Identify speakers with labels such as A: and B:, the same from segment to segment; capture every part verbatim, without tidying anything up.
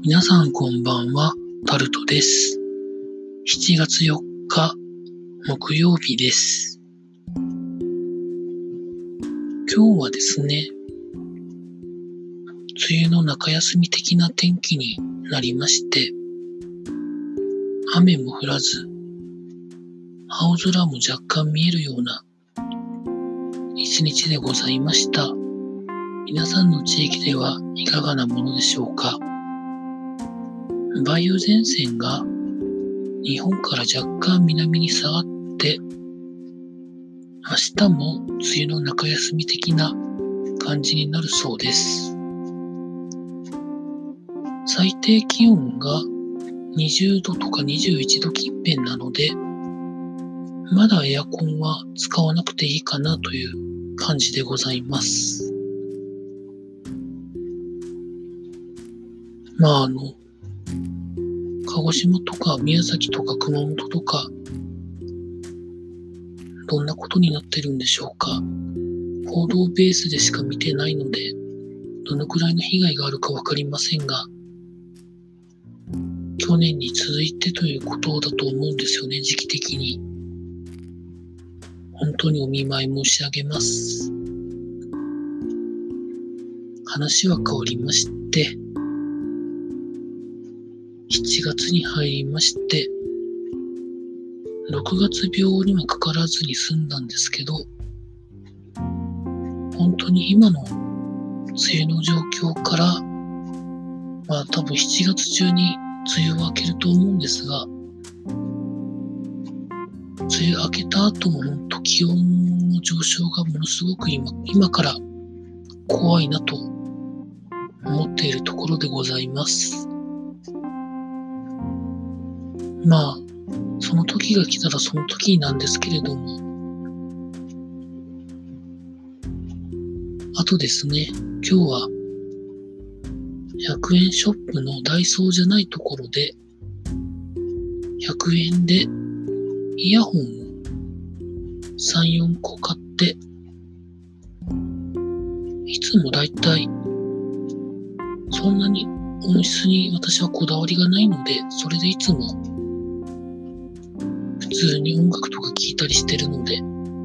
A: 皆さんこんばんは、タルトです。しちがつよっか、木曜日です。今日はですね、梅雨の中休み的な天気になりまして、雨も降らず、青空も若干見えるような一日でございました。皆さんの地域ではいかがなものでしょうか。梅雨前線が日本から若干南に下がって、明日も梅雨の中休み的な感じになるそうです。最低気温がにじゅうどとかにじゅういちど近辺なので、まだエアコンは使わなくていいかなという感じでございます。まああの、鹿児島とか宮崎とか熊本とか、どんなことになってるんでしょうか。報道ベースでしか見てないので、どのくらいの被害があるかわかりませんが、去年に続いてということだと思うんですよね、時期的に。本当にお見舞い申し上げます。話は変わりまして、しちがつに入りまして、ろくがつ病にはかからずに済んだんですけど、本当に今の梅雨の状況から、まあ多分しちがつ中に梅雨は明けると思うんですが、梅雨明けた後も本当気温の上昇がものすごく今、今から怖いなと思っているところでございます。まあ、その時が来たらその時なんですけれども、あとですね、今日はひゃくえんショップのダイソーじゃないところで、ひゃくえんでイヤホンをさん、よんこ買って、いつもだいたいそんなに音質に私はこだわりがないので、それでいつも普通に音楽とか聴いたりしてるので、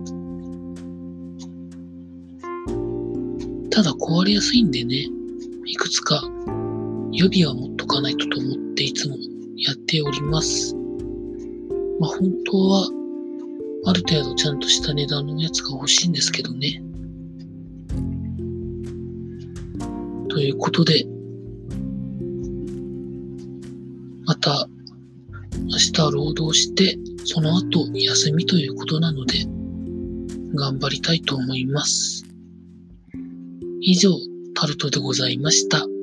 A: ただ壊れやすいんでね、いくつか予備は持っとかないとと思っていつもやっております。まあ本当はある程度ちゃんとした値段のやつが欲しいんですけどね。ということで、また明日労働して、その後休みということなので、頑張りたいと思います。以上、タルトでございました。